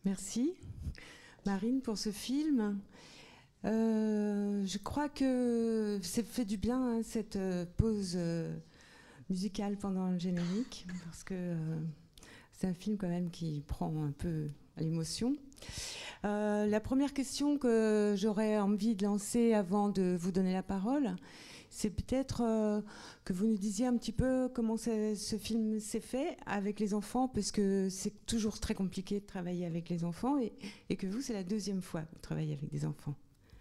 Merci, Marine, pour ce film. Je crois que ça fait du bien, hein, cette pause musicale pendant le générique, parce que c'est un film quand même qui prend un peu à l'émotion. La première question que j'aurais envie de lancer avant de vous donner la parole, c'est peut-être que vous nous disiez un petit peu comment ce film s'est fait avec les enfants, parce que c'est toujours très compliqué de travailler avec les enfants, et que vous, c'est la deuxième fois que vous travaillez avec des enfants.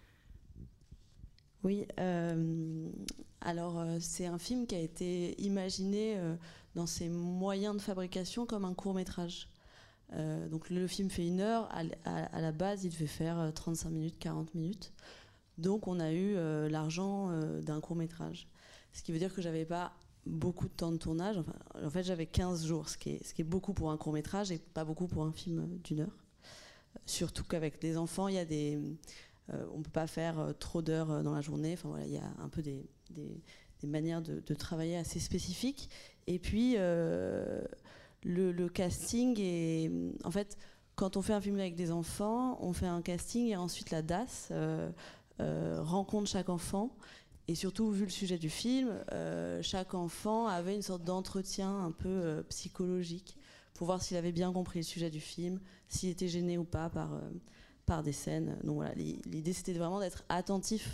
Oui, alors c'est un film qui a été imaginé dans ses moyens de fabrication comme un court-métrage. Donc le film fait 1 heure, à la base il devait faire 35 minutes, 40 minutes. Donc on a eu l'argent d'un court-métrage. Ce qui veut dire que j'avais pas beaucoup de temps de tournage. Enfin, en fait j'avais 15 jours, ce qui est beaucoup pour un court-métrage et pas beaucoup pour un film d'1 heure. Surtout qu'avec des enfants, il y a on ne peut pas faire trop d'heures dans la journée. Enfin, voilà, il y a un peu des manières de travailler assez spécifiques. Et puis, le casting est... En fait, quand on fait un film avec des enfants, on fait un casting et ensuite la DAS rencontre chaque enfant. Et surtout, vu le sujet du film, chaque enfant avait une sorte d'entretien un peu psychologique pour voir s'il avait bien compris le sujet du film, s'il était gêné ou pas par des scènes. Donc voilà, l'idée c'était vraiment d'être attentif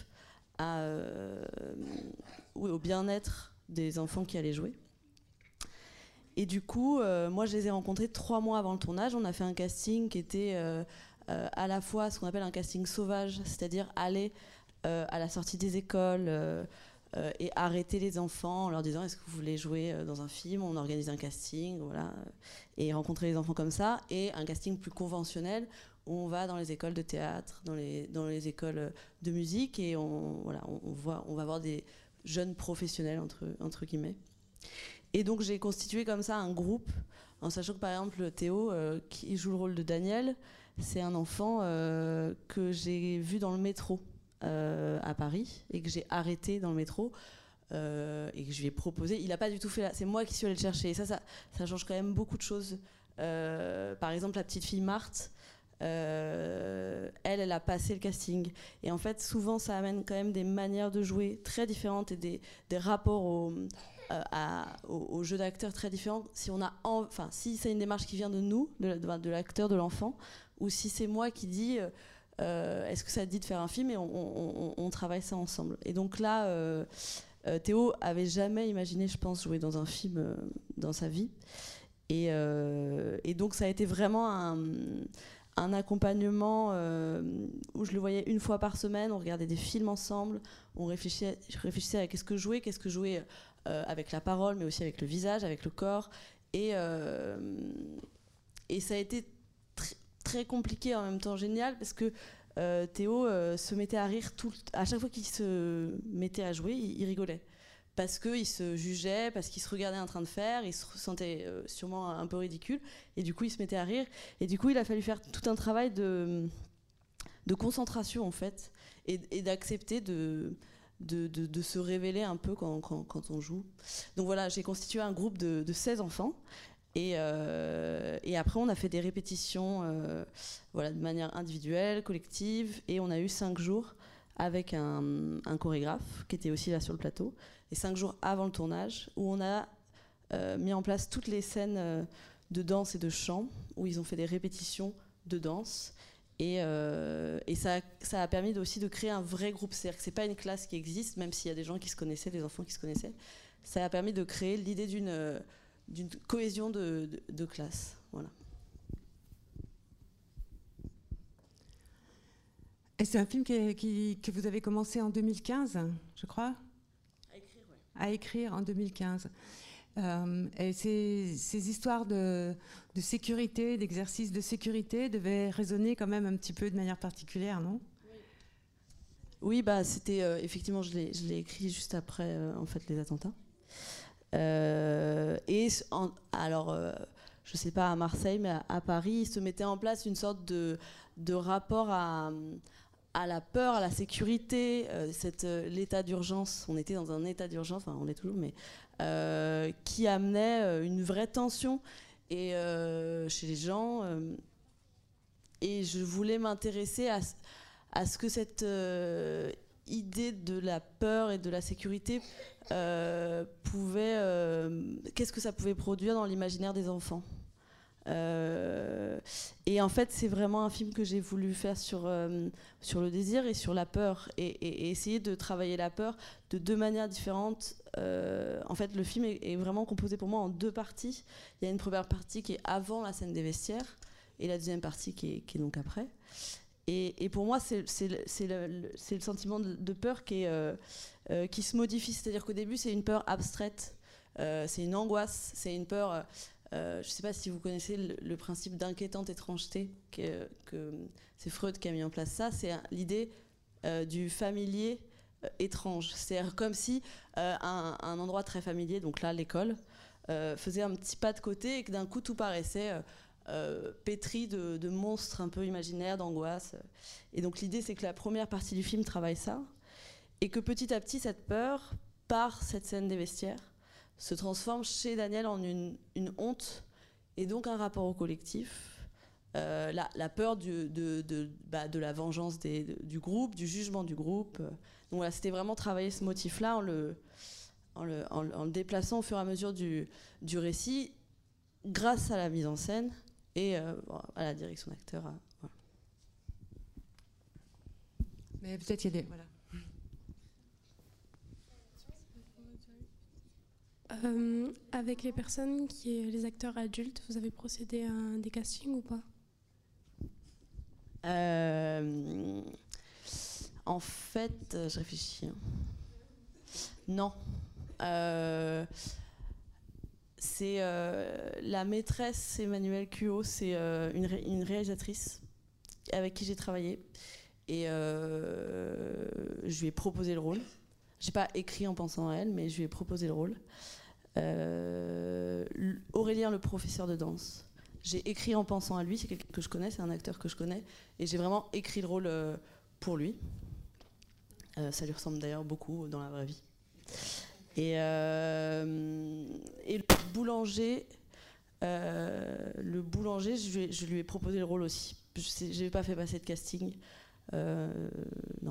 au bien-être des enfants qui allaient jouer. Et du coup, moi je les ai rencontrés 3 mois avant le tournage. On a fait un casting qui était à la fois ce qu'on appelle un casting sauvage, c'est-à-dire aller à la sortie des écoles et arrêter les enfants en leur disant est-ce que vous voulez jouer dans un film, on organise un casting, voilà, et rencontrer les enfants comme ça, et un casting plus conventionnel où on va dans les écoles de théâtre, dans les écoles de musique, et on va voir des jeunes professionnels entre guillemets. Et donc j'ai constitué comme ça un groupe, en sachant que par exemple Théo, qui joue le rôle de Daniel, c'est un enfant que j'ai vu dans le métro à Paris et que j'ai arrêté dans le métro et que je lui ai proposé. Il n'a pas du tout fait c'est moi qui suis allée le chercher. Et ça change quand même beaucoup de choses. Par exemple, la petite fille Marthe, elle a passé le casting. Et en fait, souvent, ça amène quand même des manières de jouer très différentes et des rapports au jeu d'acteur très différents. Si c'est une démarche qui vient de nous, de l'acteur, de l'enfant, ou si c'est moi qui dis est-ce que ça te dit de faire un film, et on travaille ça ensemble. Et donc là, Théo avait jamais imaginé, je pense, jouer dans un film dans sa vie. Et donc ça a été vraiment un accompagnement où je le voyais 1 fois par semaine, on regardait des films ensemble, je réfléchissais à qu'est-ce que jouer avec la parole, mais aussi avec le visage, avec le corps. Et ça a été très compliqué, en même temps génial, parce que Théo se mettait à rire à chaque fois qu'il se mettait à jouer, il rigolait. Parce qu'il se jugeait, parce qu'il se regardait en train de faire, il se sentait sûrement un peu ridicule, et du coup il se mettait à rire. Et du coup il a fallu faire tout un travail de concentration en fait, et d'accepter de se révéler un peu quand on joue. Donc voilà, j'ai constitué un groupe de 16 enfants. Et après, on a fait des répétitions de manière individuelle, collective, et on a eu 5 jours avec un chorégraphe qui était aussi là sur le plateau, et 5 jours avant le tournage, où on a mis en place toutes les scènes de danse et de chant, où ils ont fait des répétitions de danse. Et ça a permis aussi de créer un vrai groupe. C'est-à-dire que c'est pas une classe qui existe, même s'il y a des gens qui se connaissaient, des enfants qui se connaissaient. Ça a permis de créer l'idée d'une cohésion de classe. Voilà. Et c'est un film que vous avez commencé en 2015, je crois ? À écrire, oui. À écrire en 2015. Et ces histoires de sécurité, d'exercice de sécurité devaient résonner quand même un petit peu de manière particulière, non ? Oui, bah, c'était effectivement, je l'ai écrit juste après en fait, les attentats. Je sais pas à Marseille, mais à Paris, il se mettait en place une sorte de rapport à la peur, à la sécurité, l'état d'urgence. On était dans un état d'urgence, enfin on est toujours, mais qui amenait une vraie tension. Et chez les gens, et je voulais m'intéresser à ce que cette idée de la peur et de la sécurité qu'est-ce que ça pouvait produire dans l'imaginaire des enfants. Et en fait, c'est vraiment un film que j'ai voulu faire sur le désir et sur la peur, et essayer de travailler la peur de deux manières différentes. En fait, le film est vraiment composé pour moi en deux parties. Il y a une première partie qui est avant la scène des vestiaires, et la deuxième partie qui est donc après. Et pour moi, c'est le sentiment de peur qui se modifie. C'est-à-dire qu'au début, c'est une peur abstraite, c'est une angoisse, c'est une peur... je ne sais pas si vous connaissez le principe d'inquiétante étrangeté, que c'est Freud qui a mis en place ça. C'est l'idée du familier étrange. C'est comme si un endroit très familier, donc là l'école, faisait un petit pas de côté et que d'un coup tout paraissait pétri de monstres un peu imaginaires, d'angoisse. Et donc l'idée, c'est que la première partie du film travaille ça, et que petit à petit cette peur, par cette scène des vestiaires, se transforme chez Daniel en une honte, et donc un rapport au collectif, la peur de la vengeance du groupe, du jugement du groupe. Donc voilà, c'était vraiment travailler ce motif-là en le déplaçant au fur et à mesure du récit, grâce à la mise en scène et à la direction d'acteur. Voilà. Mais peut-être qu'il y a des... Voilà. Avec les personnes les acteurs adultes, vous avez procédé à des castings ou pas? En fait, je réfléchis. Non. C'est la maîtresse Emmanuelle Cuot, c'est une réalisatrice avec qui j'ai travaillé, et je lui ai proposé le rôle. J'ai pas écrit en pensant à elle, mais je lui ai proposé le rôle. Aurélien, le professeur de danse, j'ai écrit en pensant à lui. C'est quelqu'un que je connais, c'est un acteur que je connais, et j'ai vraiment écrit le rôle pour lui. Ça lui ressemble d'ailleurs beaucoup dans la vraie vie. Et le boulanger, je lui ai proposé le rôle aussi. Je n'ai pas fait passer de casting. Non.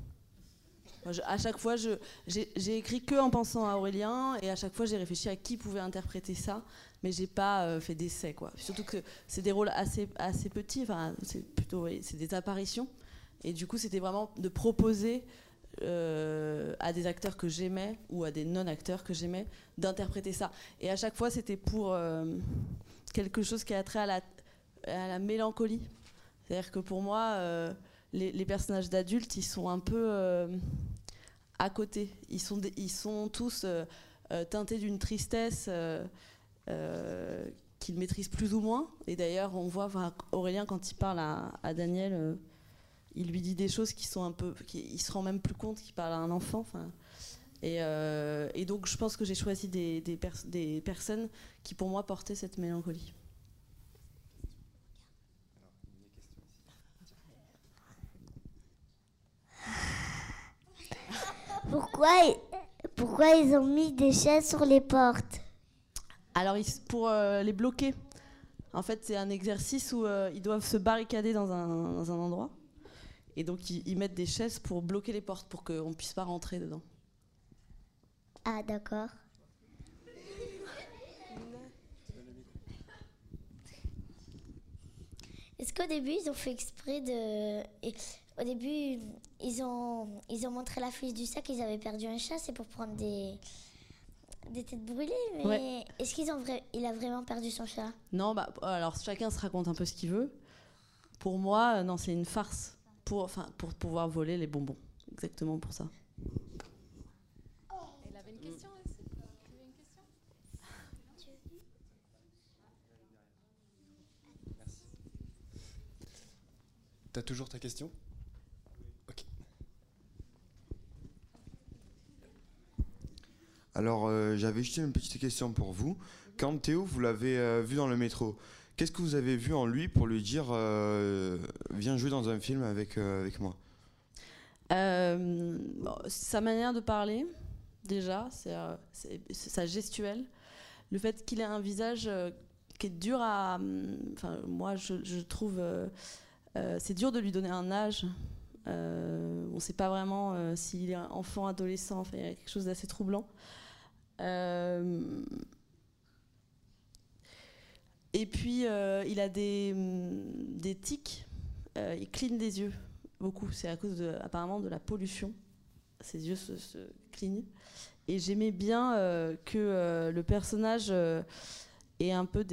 À chaque fois, j'ai écrit que en pensant à Aurélien, et à chaque fois, j'ai réfléchi à qui pouvait interpréter ça, mais j'ai pas fait d'essai, quoi. Surtout que c'est des rôles assez petits. Enfin, c'est des apparitions, et du coup, c'était vraiment de proposer à des acteurs que j'aimais ou à des non-acteurs que j'aimais d'interpréter ça. Et à chaque fois, c'était pour quelque chose qui a trait à la mélancolie. C'est-à-dire que pour moi, les personnages d'adultes, ils sont un peu à côté. Ils sont tous teintés d'une tristesse qu'ils maîtrisent plus ou moins. Et d'ailleurs, on voit Aurélien, quand il parle à Daniel, il lui dit des choses qui sont un peu... il se rend même plus compte qu'il parle à un enfant. Et donc, je pense que j'ai choisi des personnes qui, pour moi, portaient cette mélancolie. Pourquoi ils ont mis des chaises sur les portes? Alors, pour les bloquer. En fait, c'est un exercice où ils doivent se barricader dans un endroit. Et donc, ils mettent des chaises pour bloquer les portes, pour qu'on ne puisse pas rentrer dedans. Ah, d'accord. Est-ce qu'au début, ils ont fait exprès de... Au début, ils ont montré l'affiche du sac, ils avaient perdu un chat, c'est pour prendre des têtes brûlées, mais ouais. Est-ce il a vraiment perdu son chat? Non, alors chacun se raconte un peu ce qu'il veut. Pour moi, non, c'est une farce pour pouvoir voler les bonbons. Exactement pour ça. Elle avait une question aussi. Tu avais une question? Merci. T'as toujours ta question? Ok. Alors, j'avais juste une petite question pour vous. Quand Théo, vous l'avez vu dans le métro, qu'est-ce que vous avez vu en lui pour lui dire viens jouer dans un film avec moi? Sa manière de parler, déjà, c'est sa gestuelle. Le fait qu'il ait un visage qui est dur à... Enfin, moi, je trouve c'est dur de lui donner un âge. On ne sait pas vraiment s'il est enfant, adolescent. Enfin, il y a quelque chose d'assez troublant. Et puis, il a des tics. Il cligne des yeux, beaucoup. C'est à cause, apparemment, de la pollution. Ses yeux se clignent. Et j'aimais bien que le personnage ait un peu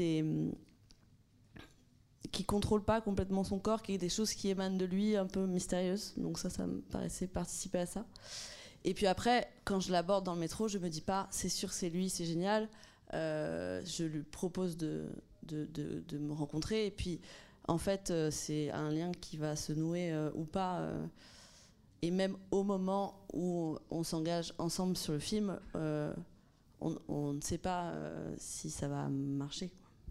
qui contrôle pas complètement son corps, qui ait des choses qui émanent de lui un peu mystérieuses. Donc ça me paraissait participer à ça. Et puis après, quand je l'aborde dans le métro, je me dis pas, c'est sûr, c'est lui, c'est génial. Je lui propose de me rencontrer. Et puis, en fait, c'est un lien qui va se nouer ou pas. Et même au moment où on s'engage ensemble sur le film, on ne sait pas si ça va marcher.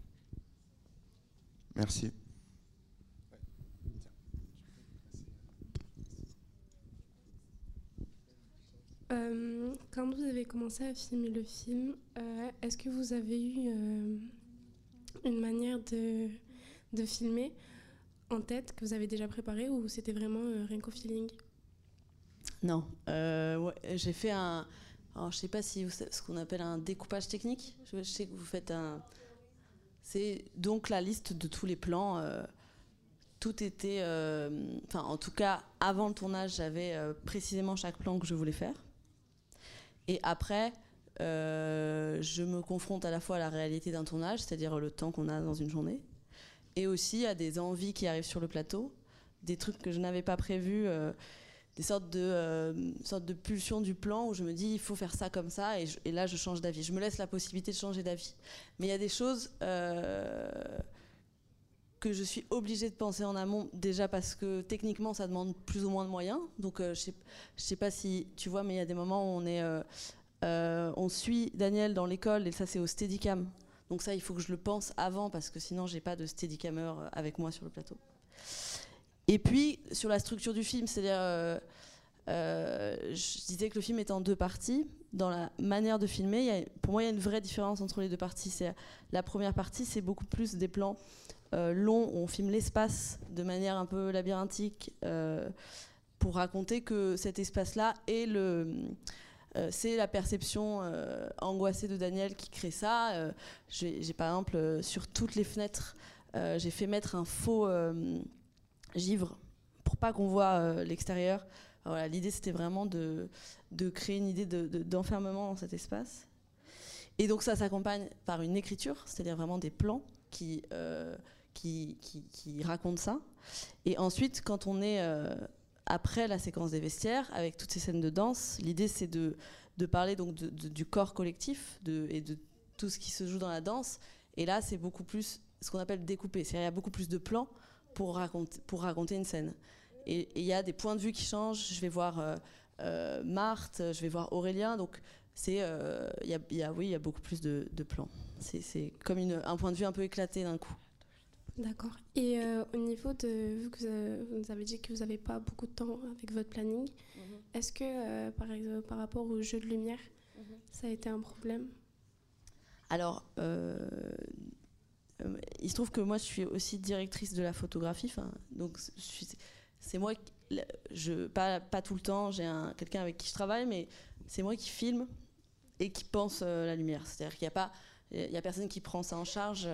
Merci. Quand vous avez commencé à filmer le film, est-ce que vous avez eu une manière de filmer en tête que vous avez déjà préparée ou c'était vraiment rien qu'au feeling? Non, j'ai fait un... Alors, je ne sais pas si ce qu'on appelle un découpage technique. Je sais que vous faites un... C'est donc la liste de tous les plans. Tout était... Enfin, en tout cas, avant le tournage, j'avais précisément chaque plan que je voulais faire. Et après, je me confronte à la fois à la réalité d'un tournage, c'est-à-dire le temps qu'on a dans une journée, et aussi à des envies qui arrivent sur le plateau, des trucs que je n'avais pas prévus, des sortes de pulsions du plan où je me dis il faut faire ça comme ça et là je change d'avis. Je me laisse la possibilité de changer d'avis. Mais il y a des choses que je suis obligée de penser en amont, déjà parce que techniquement ça demande plus ou moins de moyens. Donc je sais pas si tu vois, mais il y a des moments où on suit Daniel dans l'école et ça c'est au Steadicam. Donc ça il faut que je le pense avant parce que sinon j'ai pas de Steadicammer avec moi sur le plateau. Et puis, sur la structure du film, c'est-à-dire, je disais que le film est en 2 parties. Dans la manière de filmer, pour moi, il y a une vraie différence entre les 2 parties. La première partie, c'est beaucoup plus des plans longs, où on filme l'espace de manière un peu labyrinthique, pour raconter que cet espace-là est c'est la perception angoissée de Daniel qui crée ça. J'ai par exemple, sur toutes les fenêtres, j'ai fait mettre un faux... givre pour pas qu'on voit l'extérieur. Voilà, l'idée c'était vraiment de créer une idée d'enfermement dans cet espace. Et donc ça s'accompagne par une écriture, c'est-à-dire vraiment des plans qui racontent ça. Et ensuite, quand on est après la séquence des vestiaires, avec toutes ces scènes de danse, l'idée c'est de parler donc du corps collectif et de tout ce qui se joue dans la danse. Et là, c'est beaucoup plus ce qu'on appelle découpé. C'est-à-dire il y a beaucoup plus de plans pour raconter une scène. Et il y a des points de vue qui changent. Je vais voir Marthe, je vais voir Aurélien. Donc, il y a beaucoup plus de plans. C'est comme un point de vue un peu éclaté d'un coup. D'accord. Et au niveau de... Vu que vous nous avez dit que vous n'avez pas beaucoup de temps avec votre planning, est-ce que, par exemple, par rapport au jeu de lumière, ça a été un problème? Alors... il se trouve que moi je suis aussi directrice de la photographie, donc c'est moi, pas tout le temps, j'ai quelqu'un avec qui je travaille, mais c'est moi qui filme et qui pense la lumière. C'est-à-dire qu'il n'y a personne qui prend ça en charge.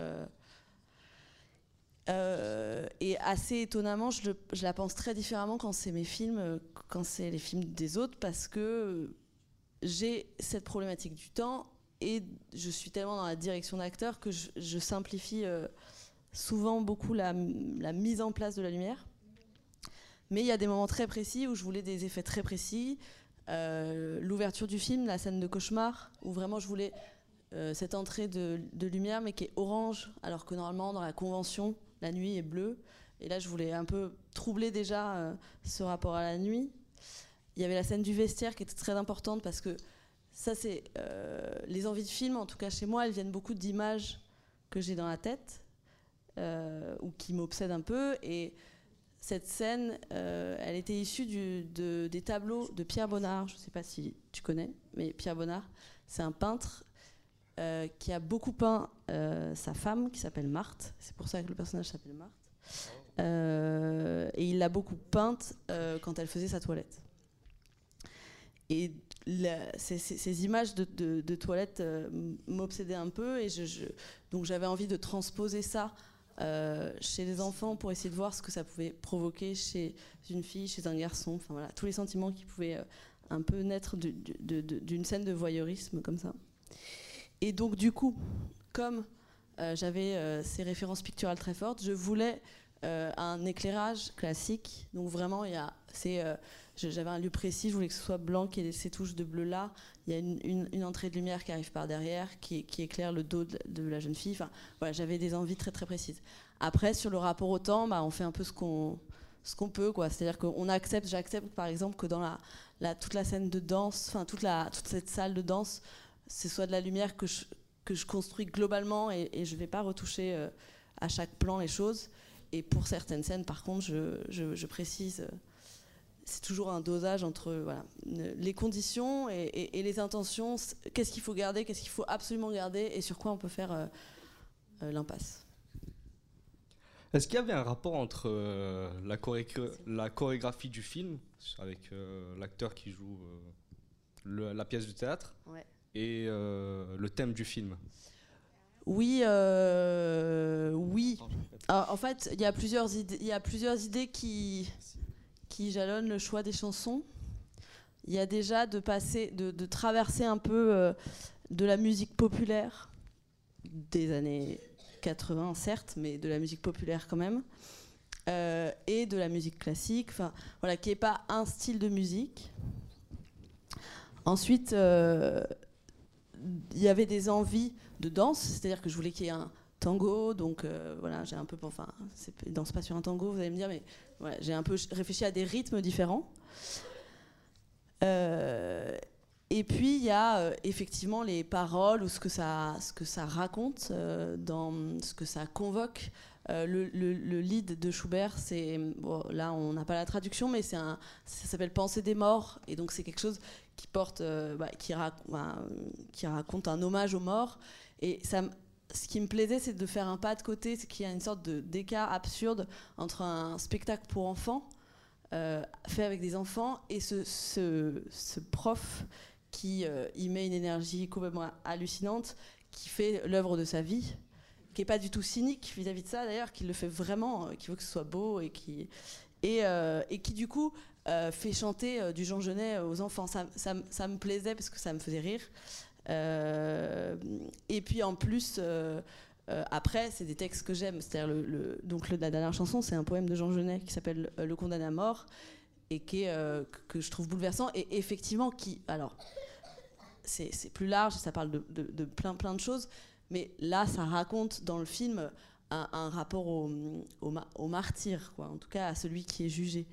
Et assez étonnamment, je la pense très différemment quand c'est mes films, quand c'est les films des autres, parce que j'ai cette problématique du temps. Et je suis tellement dans la direction d'acteur que je simplifie souvent beaucoup la mise en place de la lumière. Mais il y a des moments très précis où je voulais des effets très précis. L'ouverture du film, la scène de cauchemar, où vraiment je voulais cette entrée de lumière, mais qui est orange, alors que normalement, dans la convention, la nuit est bleue. Et là, je voulais un peu troubler déjà ce rapport à la nuit. Il y avait la scène du vestiaire qui était très importante parce que ça, c'est les envies de film, en tout cas chez moi, elles viennent beaucoup d'images que j'ai dans la tête ou qui m'obsèdent un peu. Et cette scène, elle était issue des tableaux de Pierre Bonnard. Je ne sais pas si tu connais, mais Pierre Bonnard, c'est un peintre qui a beaucoup peint sa femme, qui s'appelle Marthe. C'est pour ça que le personnage s'appelle Marthe. Et il l'a beaucoup peinte quand elle faisait sa toilette. Et ces images de toilette m'obsédaient un peu, et donc j'avais envie de transposer ça chez les enfants pour essayer de voir ce que ça pouvait provoquer chez une fille, chez un garçon, enfin voilà, tous les sentiments qui pouvaient un peu naître d'une scène de voyeurisme comme ça. Et donc du coup, comme j'avais ces références picturales très fortes, je voulais un éclairage classique. Donc vraiment, j'avais un lieu précis, je voulais que ce soit blanc, qu'il y ait ces touches de bleu là. Il y a une entrée de lumière qui arrive par derrière, qui éclaire le dos de la jeune fille. Enfin, voilà, j'avais des envies très très précises. Après, sur le rapport au temps, on fait un peu ce qu'on peut, quoi. C'est-à-dire qu'on j'accepte par exemple que dans toute la scène de danse, enfin toute cette salle de danse, ce soit de la lumière que je construis globalement, et je ne vais pas retoucher à chaque plan les choses. Et pour certaines scènes, par contre, je précise, c'est toujours un dosage entre les conditions et les intentions. Qu'est-ce qu'il faut garder, qu'est-ce qu'il faut absolument garder, et sur quoi on peut faire l'impasse. Est-ce qu'il y avait un rapport entre la chorégraphie du film, avec l'acteur qui joue la pièce de théâtre, et le thème du film ? Oui. Alors, en fait, il y a plusieurs idées qui jalonnent le choix des chansons. Il y a déjà de traverser un peu de la musique populaire des années 80, certes, mais de la musique populaire quand même, et de la musique classique, voilà, qui n'est pas un style de musique. Ensuite, il y avait des envies de danse, c'est-à-dire que je voulais qu'il y ait un tango, donc voilà, j'ai un peu, il danse pas sur un tango, vous allez me dire, mais voilà, j'ai un peu réfléchi à des rythmes différents. Et puis il y a effectivement les paroles, ou ce que ça raconte, dans ce que ça convoque. Le lead de Schubert, là on n'a pas la traduction, mais ça s'appelle Pensée des morts, et donc c'est quelque chose qui porte, qui raconte un hommage aux morts. Et ce qui me plaisait, c'est de faire un pas de côté, c'est qu'il y a une sorte d'écart absurde entre un spectacle pour enfants, fait avec des enfants, et ce prof qui y met une énergie complètement hallucinante, qui fait l'œuvre de sa vie, qui n'est pas du tout cynique vis-à-vis de ça d'ailleurs, qui le fait vraiment, qui veut que ce soit beau, et qui du coup fait chanter du Jean Genet aux enfants. Ça me plaisait parce que ça me faisait rire. Et puis en plus, après, c'est des textes que j'aime. C'est-à-dire la dernière chanson, c'est un poème de Jean Genet qui s'appelle Le condamné à mort, et que je trouve bouleversant, et effectivement alors c'est plus large, ça parle de plein de choses, mais là ça raconte dans le film un rapport au martyr, quoi, en tout cas à celui qui est jugé.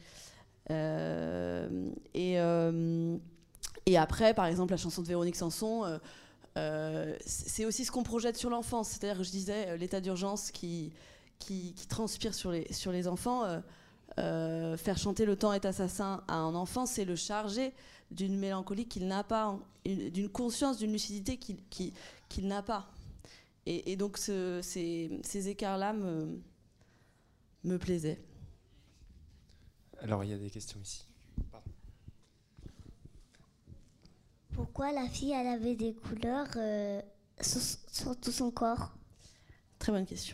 Et après, par exemple, la chanson de Véronique Sanson, c'est aussi ce qu'on projette sur l'enfance. C'est-à-dire que je disais, l'état d'urgence qui transpire sur les enfants. Faire chanter Le temps est assassin à un enfant, c'est le charger d'une mélancolie qu'il n'a pas, d'une conscience, d'une lucidité qu'il n'a pas. Et donc ces écarts-là me plaisaient. Alors il y a des questions ici. Pardon. Pourquoi la fille, elle avait des couleurs sur tout son corps? Très bonne question.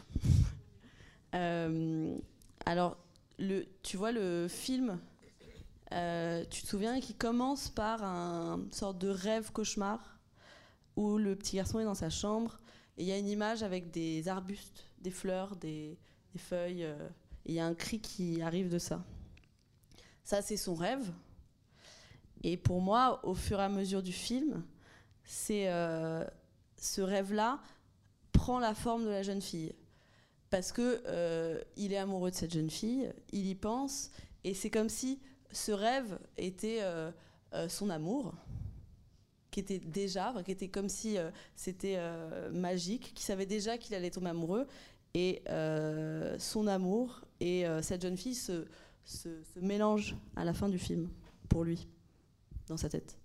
Alors, tu vois le film, tu te souviens, qui commence par une sorte de rêve cauchemar où le petit garçon est dans sa chambre, et il y a une image avec des arbustes, des fleurs, des feuilles, et il y a un cri qui arrive de ça. Ça, c'est son rêve. Et pour moi, au fur et à mesure du film, ce rêve-là prend la forme de la jeune fille. Parce que il est amoureux de cette jeune fille, il y pense, et c'est comme si ce rêve était son amour, qui était comme si c'était magique, qui savait déjà qu'il allait tomber amoureux, et son amour et cette jeune fille se mélangent à la fin du film, pour lui, dans sa tête.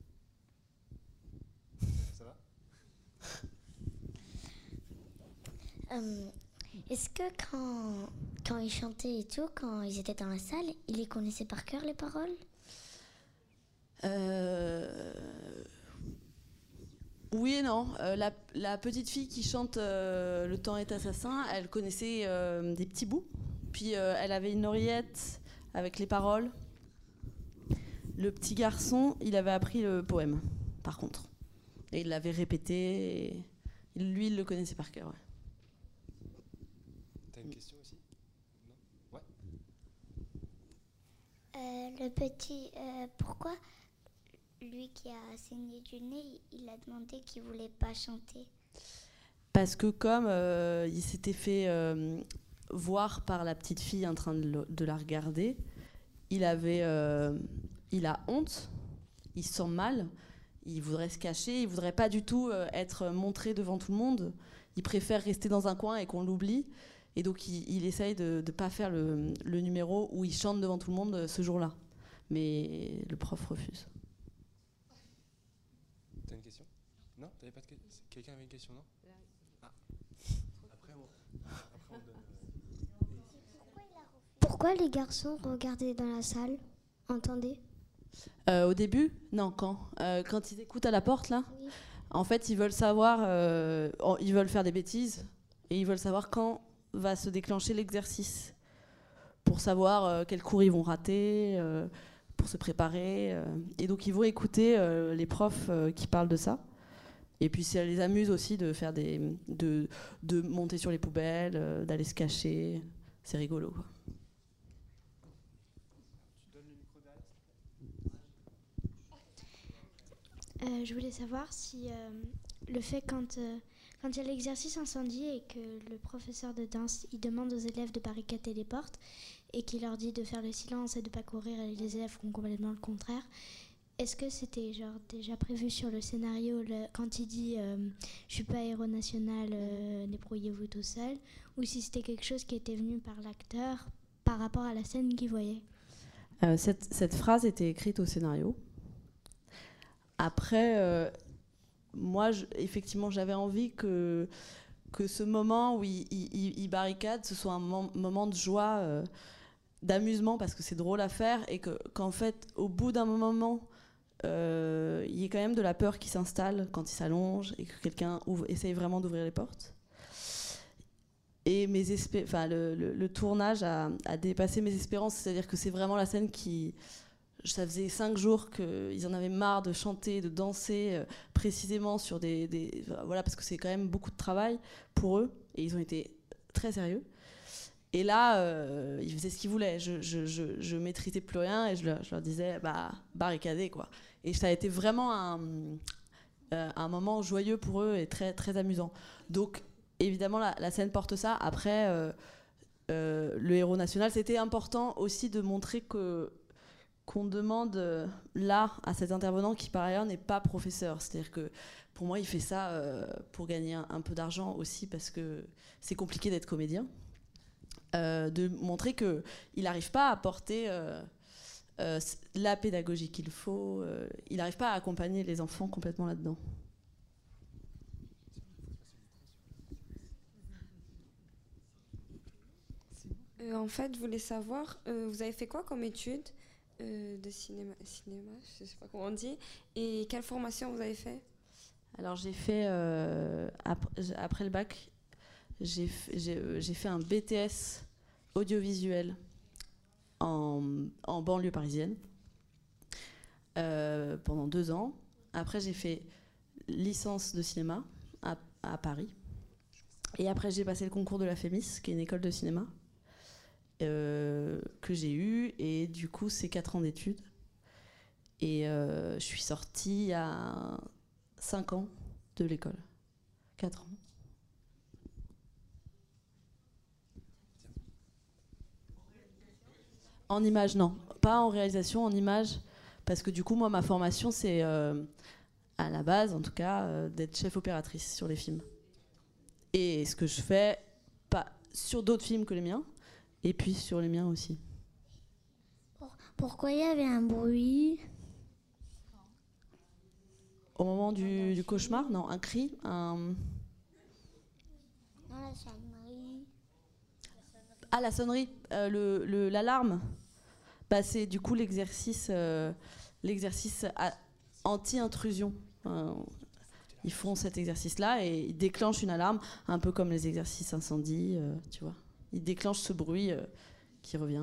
Ça va ? Est-ce que quand ils chantaient et tout, quand ils étaient dans la salle, ils les connaissaient par cœur, les paroles? Oui et non. La petite fille qui chante Le temps est assassin, elle connaissait des petits bouts. Puis elle avait une oreillette avec les paroles. Le petit garçon, il avait appris le poème, par contre. Et il l'avait répété. Et lui, il le connaissait par cœur. Ouais. T'as une question aussi? Non? Ouais. Le petit, pourquoi lui qui a saigné du nez, il a demandé qu'il voulait pas chanter? Parce que comme il s'était fait voir par la petite fille en train de la regarder, il a honte, il se sent mal, il voudrait se cacher, il voudrait pas du tout être montré devant tout le monde. Il préfère rester dans un coin et qu'on l'oublie. Et donc il essaye de ne pas faire le numéro où il chante devant tout le monde ce jour-là. Mais le prof refuse. T'as une question? Non? T'avais pas de question? Quelqu'un avait une question, non? Ah. Après on donne... Pourquoi les garçons regardaient dans la salle? Entendaient? Au début? Non, quand ils écoutent à la porte, là, oui. En fait, ils veulent savoir, ils veulent faire des bêtises, et ils veulent savoir quand va se déclencher l'exercice, pour savoir quel cours ils vont rater, pour se préparer. Et donc, ils vont écouter les profs qui parlent de ça. Et puis, ça les amuse aussi de faire de monter sur les poubelles, d'aller se cacher. C'est rigolo, quoi. Je voulais savoir si le fait quand il y a l'exercice incendie et que le professeur de danse il demande aux élèves de barricader les portes et qu'il leur dit de faire le silence et de ne pas courir et les élèves font complètement le contraire, est-ce que c'était genre déjà prévu sur le scénario quand il dit je suis pas héros national, débrouillez-vous tout seul, ou si c'était quelque chose qui était venu par l'acteur par rapport à la scène qu'il voyait? Cette phrase était écrite au scénario. Après, moi, effectivement, j'avais envie que ce moment où il barricade, ce soit un moment de joie, d'amusement, parce que c'est drôle à faire, et qu'en fait, au bout d'un moment, il y ait quand même de la peur qui s'installe quand il s'allonge, et que quelqu'un essaye vraiment d'ouvrir les portes. Et le tournage a dépassé mes espérances, c'est-à-dire que c'est vraiment la scène qui... Ça faisait 5 jours qu'ils en avaient marre de chanter, de danser précisément sur voilà, parce que c'est quand même beaucoup de travail pour eux, et ils ont été très sérieux. Et là, ils faisaient ce qu'ils voulaient. Je maîtrisais plus rien, et je leur disais, barricadez, quoi. Et ça a été vraiment un moment joyeux pour eux et très, très amusant. Donc, évidemment, la scène porte ça. Après, le héros national, c'était important aussi de montrer qu'on demande là à cet intervenant qui par ailleurs n'est pas professeur. C'est-à-dire que pour moi il fait ça pour gagner un peu d'argent aussi, parce que c'est compliqué d'être comédien, de montrer qu'il n'arrive pas à apporter la pédagogie qu'il faut, il n'arrive pas à accompagner les enfants complètement là-dedans. En fait, je voulais savoir, vous avez fait quoi comme études de cinéma, je sais pas comment on dit, et quelle formation vous avez fait? Alors j'ai fait, après le bac, j'ai fait un BTS audiovisuel en banlieue parisienne pendant 2 ans. Après j'ai fait licence de cinéma à Paris. Et après j'ai passé le concours de la FEMIS, qui est une école de cinéma. Que j'ai eu, et du coup c'est 4 ans d'études, et je suis sortie il y a 5 ans de l'école. 4 ans. En image, non, pas en réalisation, en image, parce que du coup moi ma formation c'est à la base en tout cas d'être chef opératrice sur les films, et ce que je fais pas sur d'autres films que les miens, et puis sur les miens aussi. Pourquoi il y avait un bruit? Au moment du cauchemar? Non, un cri, Non, la sonnerie. Ah, la sonnerie, l'alarme. Bah, c'est du coup l'exercice anti-intrusion. Ils font cet exercice-là et ils déclenchent une alarme, un peu comme les exercices incendie, tu vois. Ils déclenchent ce bruit qui revient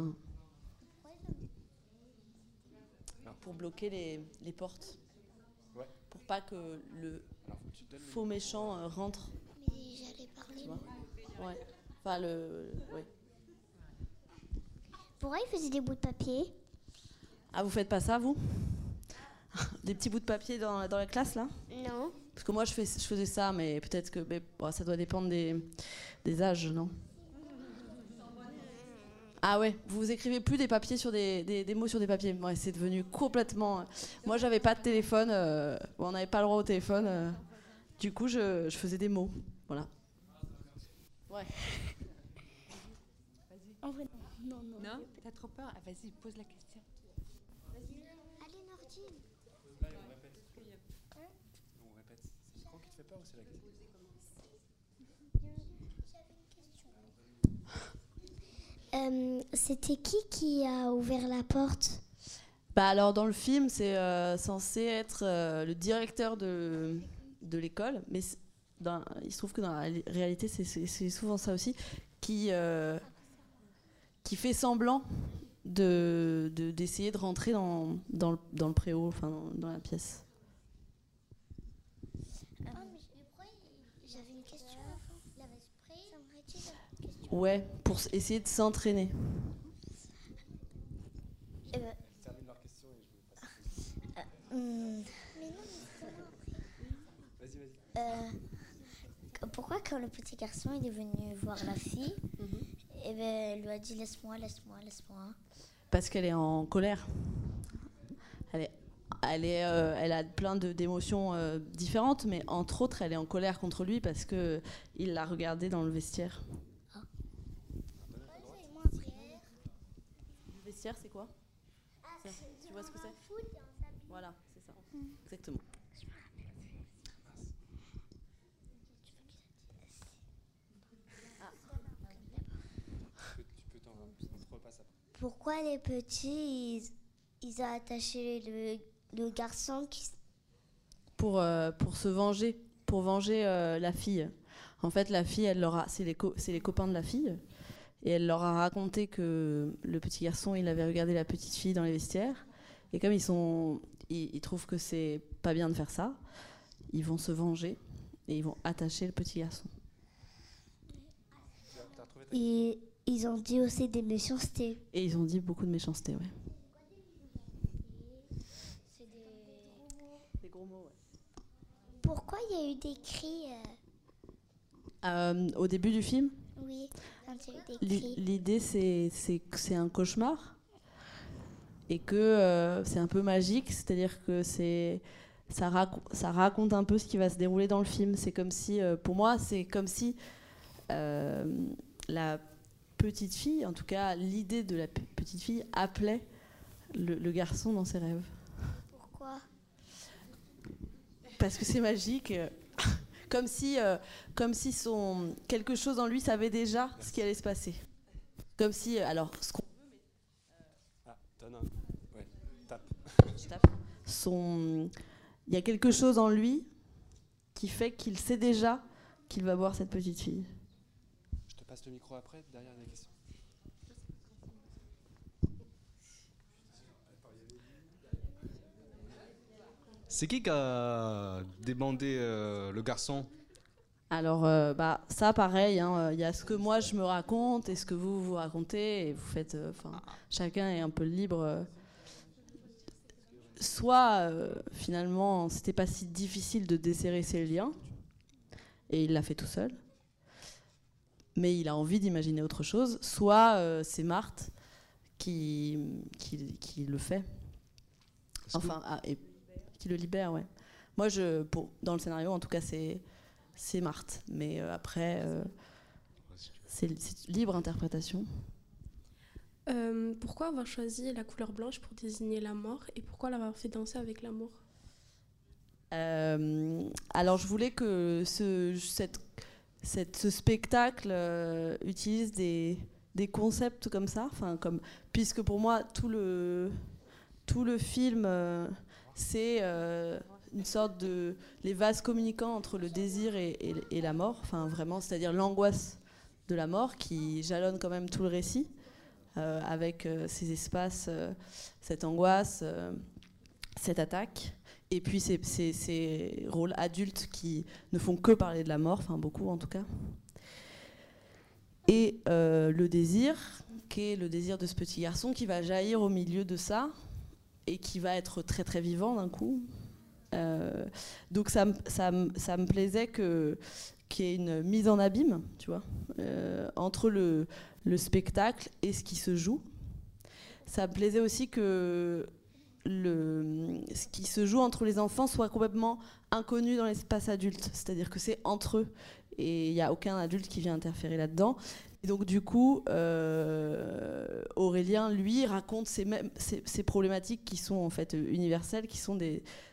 pour bloquer les portes, pour pas que le faux méchant rentre. Mais j'allais parler. Tu vois. Ouais. Enfin, ouais. Pourquoi il faisait des bouts de papier? Ah, vous faites pas ça, vous? Des petits bouts de papier dans la classe, là? Non. Parce que moi, je faisais ça, mais peut-être que bon, ça doit dépendre des âges, non? Ah ouais, vous écrivez plus des papiers sur des mots sur des papiers. Ouais, c'est devenu complètement... Moi, j'avais pas de téléphone, on n'avait pas le droit au téléphone. Du coup, je faisais des mots, voilà. Ouais. En vrai, non. Non, t'as trop peur? Ah, vas-y, pose la question. Allez, Nordine. Là, on répète. On répète. C'est Franck qui te fait peur ou c'est la question? C'était qui a ouvert la porte? Bah alors, dans le film, c'est censé être le directeur de l'école, mais il se trouve que dans la réalité, c'est souvent ça aussi, qui fait semblant d'essayer de rentrer dans le préau, enfin dans la pièce. J'avais une question avant. Ouais, pour essayer de s'entraîner. Ils terminent leur question et je vais passer. Mais non, Vas-y. Pourquoi quand le petit garçon il est venu voir la fille, et ben, elle lui a dit laisse-moi. Parce qu'elle est en colère. Elle a plein d'émotions différentes, mais entre autres, elle est en colère contre lui parce que il l'a regardée dans le vestiaire. Le vestiaire, c'est quoi? Tu vois ce que c'est? Voilà, c'est ça. Exactement. Tu peux t'en repasser après. Pourquoi les petits ils ont attaché le garçon qui... Pour se venger, pour venger la fille. En fait, la fille, c'est les copains de la fille, et elle leur a raconté que le petit garçon, il avait regardé la petite fille dans les vestiaires, et comme ils trouvent que c'est pas bien de faire ça, ils vont se venger et ils vont attacher le petit garçon. Et ils ont dit aussi des méchancetés. Et ils ont dit beaucoup de méchanceté, ouais. Des gros mots, ouais. Pourquoi il y a eu des cris Au début du film? Oui, quand il y a eu des cris. L'idée, c'est que c'est un cauchemar et que c'est un peu magique, c'est-à-dire que ça raconte un peu ce qui va se dérouler dans le film. C'est comme si, pour moi, c'est comme si la petite fille, en tout cas l'idée de la petite fille, appelait le garçon dans ses rêves. Pourquoi? Parce que c'est magique. Comme si quelque chose en lui savait déjà ce qui allait se passer. Comme si, alors, ce qu'on veut, mais... donne un... Ouais, tape. Je tape. Il y a quelque chose en lui qui fait qu'il sait déjà qu'il va voir cette petite fille. Je te passe le micro après, derrière les questions. C'est qui a demandé le garçon? Alors, ça, pareil, hein, y a ce que moi je me raconte et ce que vous racontez, et vous faites. Chacun est un peu libre. Soit, finalement, c'était pas si difficile de desserrer ses liens, et il l'a fait tout seul, mais il a envie d'imaginer autre chose. Soit, c'est Marthe qui le fait. Et qui le libère, ouais. Moi, dans le scénario, en tout cas, c'est Marthe. Mais après, c'est libre interprétation. Pourquoi avoir choisi la couleur blanche pour désigner la mort et pourquoi l'avoir fait danser avec l'amour? Alors, je voulais que ce spectacle utilise des des concepts comme ça, puisque pour moi tout le film c'est une sorte de les vases communicants entre le désir et la mort, vraiment, c'est-à-dire l'angoisse de la mort qui jalonne quand même tout le récit, avec ces espaces, cette angoisse, cette attaque, et puis ces rôles adultes qui ne font que parler de la mort, beaucoup en tout cas. Et le désir, qui est le désir de ce petit garçon qui va jaillir au milieu de ça, et qui va être très très vivant d'un coup. Donc ça me plaisait qu'il y ait une mise en abîme, tu vois, entre le spectacle et ce qui se joue. Ça me plaisait aussi que ce qui se joue entre les enfants soit complètement inconnu dans l'espace adulte, c'est-à-dire que c'est entre eux et il n'y a aucun adulte qui vient interférer là-dedans. Et donc du coup, Aurélien, lui, raconte ces problématiques qui sont en fait universelles, qui sont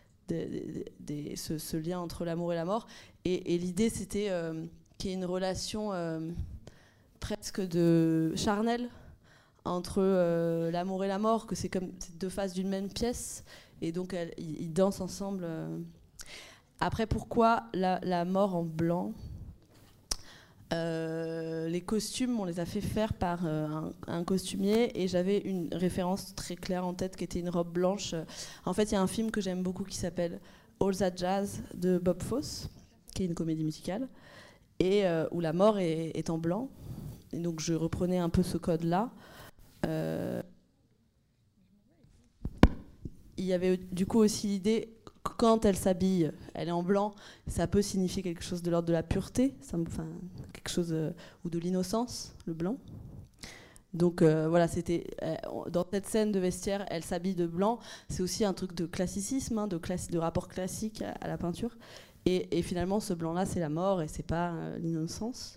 ce lien entre l'amour et la mort. Et l'idée, c'était qu'il y ait une relation presque charnelle entre l'amour et la mort, que c'est comme deux faces d'une même pièce, et donc ils dansent ensemble. Après, pourquoi la mort en blanc ? Les costumes, on les a fait faire par un costumier, et j'avais une référence très claire en tête qui était une robe blanche. En fait, il y a un film que j'aime beaucoup qui s'appelle All That Jazz de Bob Fosse, qui est une comédie musicale, et où la mort est en blanc. Et donc je reprenais un peu ce code-là. Il y avait du coup aussi l'idée que quand elle s'habille, elle est en blanc, ça peut signifier quelque chose de l'ordre de la pureté, quelque chose ou de l'innocence, le blanc. Donc voilà, c'était dans cette scène de vestiaire, elle s'habille de blanc. C'est aussi un truc de classicisme, de rapport classique à la peinture. Et finalement, ce blanc-là, c'est la mort et c'est pas l'innocence.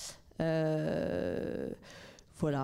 Voilà.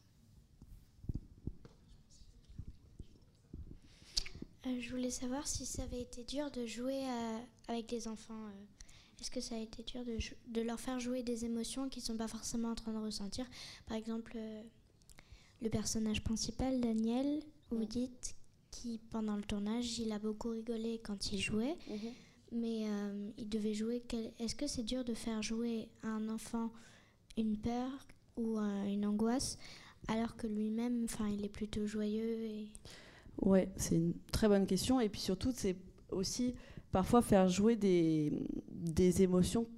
Je voulais savoir si ça avait été dur de jouer avec des enfants. Est-ce que ça a été dur de leur faire jouer des émotions qu'ils ne sont pas forcément en train de ressentir ? Par exemple, le personnage principal, Daniel, vous dites, qui pendant le tournage, il a beaucoup rigolé quand il jouait, mais il devait jouer... Est-ce que c'est dur de faire jouer à un enfant une peur ou une angoisse, alors que lui-même, il est plutôt joyeux et... Ouais, c'est une très bonne question. Et puis surtout, c'est aussi parfois faire jouer des émotions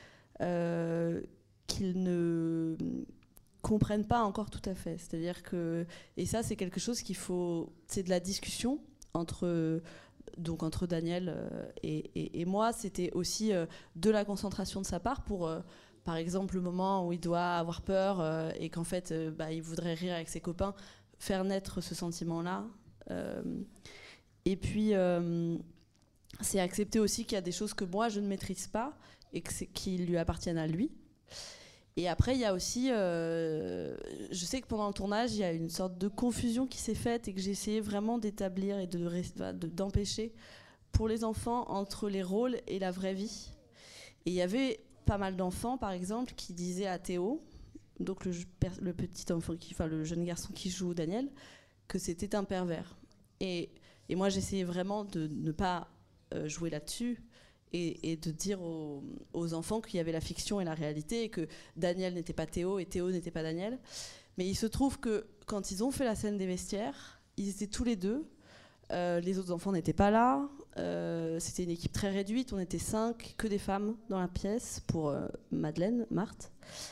qu'ils ne comprennent pas encore tout à fait. C'est-à-dire que... Et ça, c'est quelque chose qu'il faut... C'est de la discussion entre Daniel et moi. C'était aussi de la concentration de sa part pour... par exemple, le moment où il doit avoir peur et qu'en fait, il voudrait rire avec ses copains, faire naître ce sentiment-là. Et puis c'est accepter aussi qu'il y a des choses que moi je ne maîtrise pas et qui lui appartiennent à lui. Et après il y a aussi je sais que pendant le tournage il y a une sorte de confusion qui s'est faite et que j'ai essayé vraiment d'établir et d'empêcher pour les enfants entre les rôles et la vraie vie. Et il y avait pas mal d'enfants par exemple qui disaient à Théo, donc le petit enfant le jeune garçon qui joue Daniel, que c'était un pervers. Et moi, j'essayais vraiment de ne pas jouer là-dessus et de dire aux enfants qu'il y avait la fiction et la réalité et que Daniel n'était pas Théo et Théo n'était pas Daniel. Mais il se trouve que quand ils ont fait la scène des vestiaires, ils étaient tous les deux. Les autres enfants n'étaient pas là. C'était une équipe très réduite. On était 5, que des femmes dans la pièce pour Madeleine, Marthe.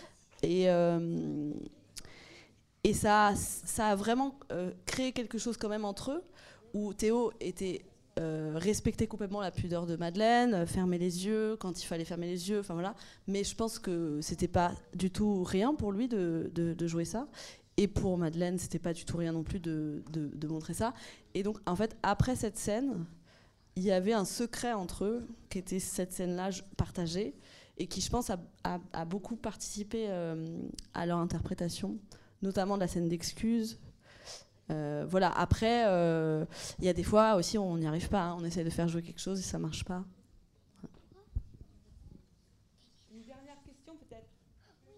Et ça a vraiment créé quelque chose quand même entre eux, où Théo respectait complètement la pudeur de Madeleine, fermait les yeux quand il fallait fermer les yeux, voilà. Mais je pense que c'était pas du tout rien pour lui de jouer ça. Et pour Madeleine, c'était pas du tout rien non plus de montrer ça. Et donc, en fait, après cette scène, il y avait un secret entre eux, qui était cette scène-là partagée, et qui, je pense, a beaucoup participé à leur interprétation, notamment de la scène d'excuses. Voilà. Après, il y a des fois aussi, on n'y arrive pas. On essaie de faire jouer quelque chose et ça ne marche pas. Une dernière question peut-être ?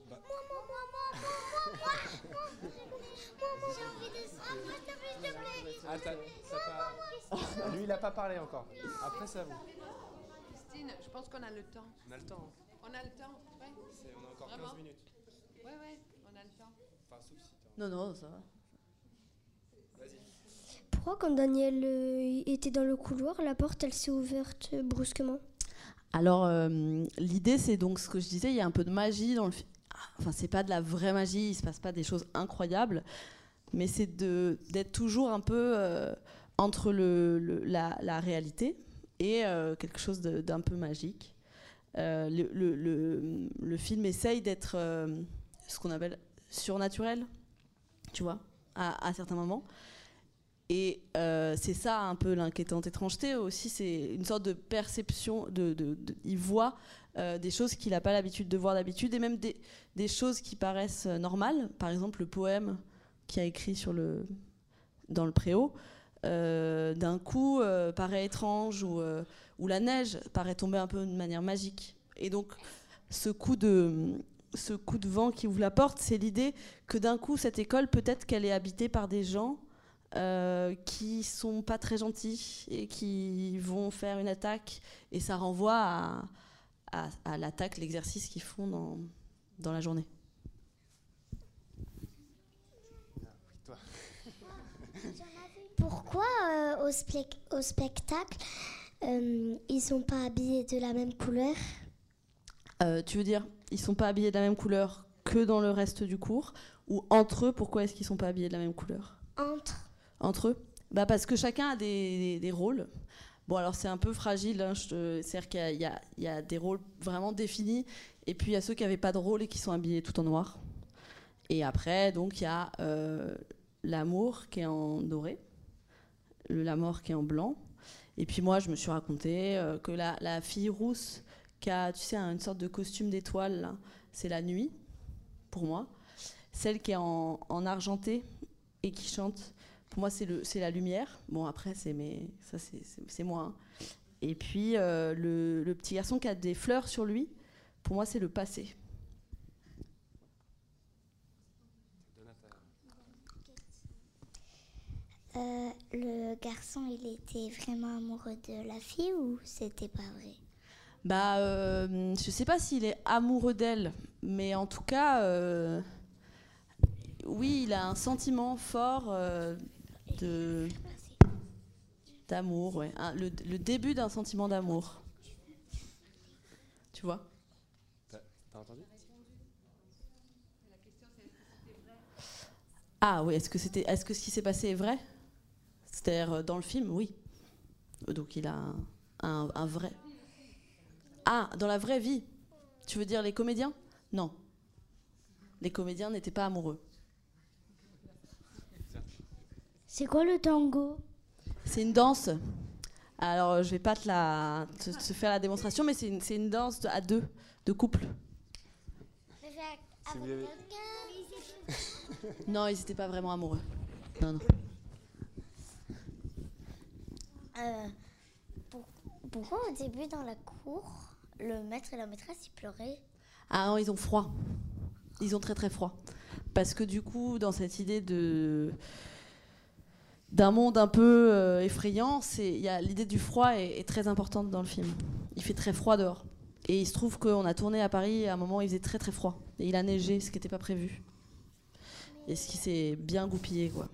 Lui, il n'a pas parlé encore. Après, c'est à vous. Christine, je pense qu'on a le temps. On a le temps. On a le temps, ouais. On a encore Vraiment 15 minutes. Ouais, on a le temps. Enfin, sauf si t'as... Non, ça va. Vas-y. Pourquoi quand Daniel était dans le couloir, la porte, elle s'est ouverte brusquement? Alors, l'idée, c'est donc ce que je disais, il y a un peu de magie dans le film. Enfin, c'est pas de la vraie magie, il se passe pas des choses incroyables, mais c'est d'être toujours un peu entre la réalité et quelque chose d'un peu magique. Le film essaye d'être ce qu'on appelle surnaturel, tu vois, à certains moments. Et c'est ça un peu l'inquiétante étrangeté aussi, c'est une sorte de perception, il voit des choses qu'il n'a pas l'habitude de voir d'habitude, et même des choses qui paraissent normales. Par exemple, le poème qu'il a écrit dans le préau, d'un coup paraît étrange, ou la neige paraît tomber un peu de manière magique. Et donc ce coup de vent qui ouvre la porte, c'est l'idée que d'un coup cette école, peut-être qu'elle est habitée par des gens qui sont pas très gentils et qui vont faire une attaque, et ça renvoie à l'attaque, l'exercice qu'ils font dans la journée. Pourquoi au spectacle ils sont pas habillés de la même couleur? Tu veux dire, ils sont pas habillés de la même couleur que dans le reste du cours, ou entre eux, pourquoi est-ce qu'ils sont pas habillés de la même couleur? Entre eux, parce que chacun a des rôles. Bon, alors c'est un peu fragile, hein, c'est-à-dire qu'il y a des rôles vraiment définis, et puis il y a ceux qui n'avaient pas de rôle et qui sont habillés tout en noir. Et après, donc, il y a l'amour qui est en doré, la mort qui est en blanc, et puis moi, je me suis raconté que la fille rousse qui a, tu sais, une sorte de costume d'étoile, là, c'est la nuit, pour moi. Celle qui est en argenté et qui chante, pour moi, c'est la lumière. Bon, après, c'est moi. Hein. Et puis, le petit garçon qui a des fleurs sur lui, pour moi, c'est le passé. Le garçon, il était vraiment amoureux de la fille ou c'était pas vrai? Je sais pas s'il est amoureux d'elle, mais en tout cas, oui, il a un sentiment fort d'amour, ouais. Le début d'un sentiment d'amour. Tu vois? T'as entendu? Ah oui, est-ce que ce qui s'est passé est vrai? C'est-à-dire dans le film, oui. Donc il a un vrai... Ah, dans la vraie vie? Tu veux dire les comédiens? Non. Les comédiens n'étaient pas amoureux. C'est quoi le tango? C'est une danse. Alors, je vais pas te faire la démonstration, mais c'est une danse à deux, de couple. Si vous avez... Non, ils n'étaient pas vraiment amoureux. Non. Pourquoi au début dans la cour, le maître et la maîtresse, ils pleuraient? Ah non, ils ont froid. Ils ont très très froid. Parce que du coup, dans cette idée d'un monde un peu effrayant, l'idée du froid est très importante dans le film. Il fait très froid dehors. Et il se trouve qu'on a tourné à Paris à un moment où il faisait très très froid. Et il a neigé, ce qui n'était pas prévu. Et ce qui s'est bien goupillé, quoi.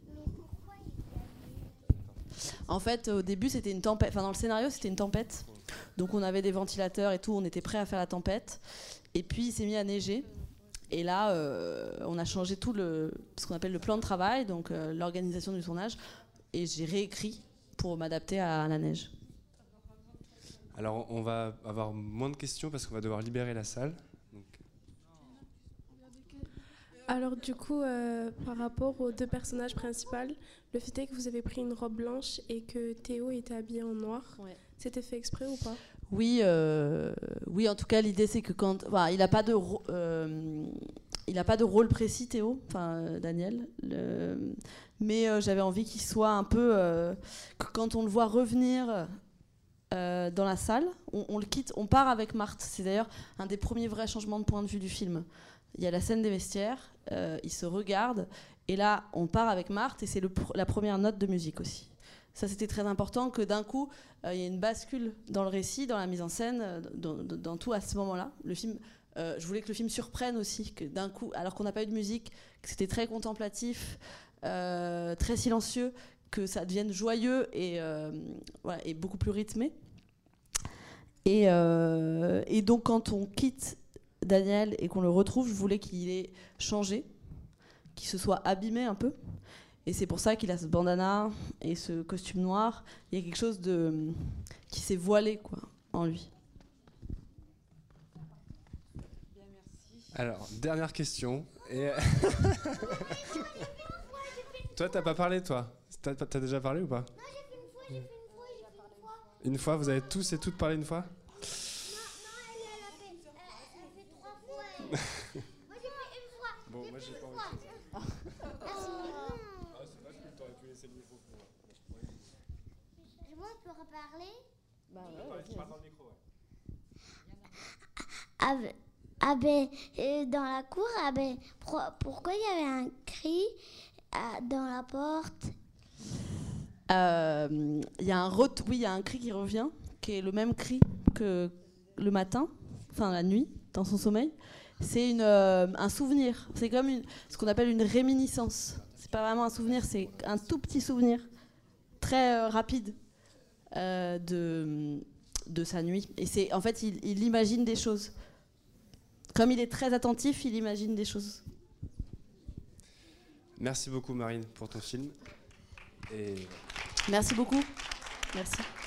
En fait, au début, c'était une tempête. Enfin, dans le scénario, c'était une tempête. Donc, on avait des ventilateurs et tout. On était prêts à faire la tempête. Et puis, il s'est mis à neiger. Et là, on a changé tout ce qu'on appelle le plan de travail, donc l'organisation du tournage. Et j'ai réécrit pour m'adapter à la neige. Alors, on va avoir moins de questions parce qu'on va devoir libérer la salle. Alors du coup, par rapport aux deux personnages principaux, le fait est que vous avez pris une robe blanche et que Théo était habillé en noir. Ouais. C'était fait exprès ou pas? Oui, en tout cas, l'idée c'est que il n'a pas de rôle précis, Théo, Daniel. Mais j'avais envie qu'il soit un peu que quand on le voit revenir dans la salle, on le quitte, on part avec Marthe. C'est d'ailleurs un des premiers vrais changements de point de vue du film. Il y a la scène des vestiaires, ils se regardent, et là, on part avec Marthe, et c'est la première note de musique aussi. Ça, c'était très important, que d'un coup, il y a une bascule dans le récit, dans la mise en scène, dans tout à ce moment-là. Le film, je voulais que le film surprenne aussi, que d'un coup, alors qu'on n'a pas eu de musique, que c'était très contemplatif, très silencieux, que ça devienne joyeux et beaucoup plus rythmé. Et donc, quand on quitte Daniel et qu'on le retrouve, je voulais qu'il ait changé, qu'il se soit abîmé un peu. Et c'est pour ça qu'il a ce bandana et ce costume noir. Il y a quelque chose qui s'est voilé, quoi, en lui. Alors, dernière question. Et toi, t'as pas parlé, toi? T'as déjà parlé ou pas? Non, j'ai fait une fois. Une fois, vous avez tous et toutes parlé une fois? Non, elle a fait 3 fois. Moi, j'ai fait une fois. Bon, moi, j'ai pas envie de faire ça. C'est vache que t'aurais pu laisser le micro pour moi. Moi, je peux reparler? Bah ouais, tu parles dans le micro, ouais. Dans la cour, pourquoi il y avait un cri dans la porte? Il y a un cri qui revient, qui est le même cri que le matin, enfin la nuit, dans son sommeil. C'est un souvenir. C'est comme ce qu'on appelle une réminiscence. C'est pas vraiment un souvenir, c'est un tout petit souvenir, très rapide de sa nuit. Et en fait, il imagine des choses. Comme il est très attentif, il imagine des choses. Merci beaucoup, Marine, pour ton film. Merci beaucoup. Merci.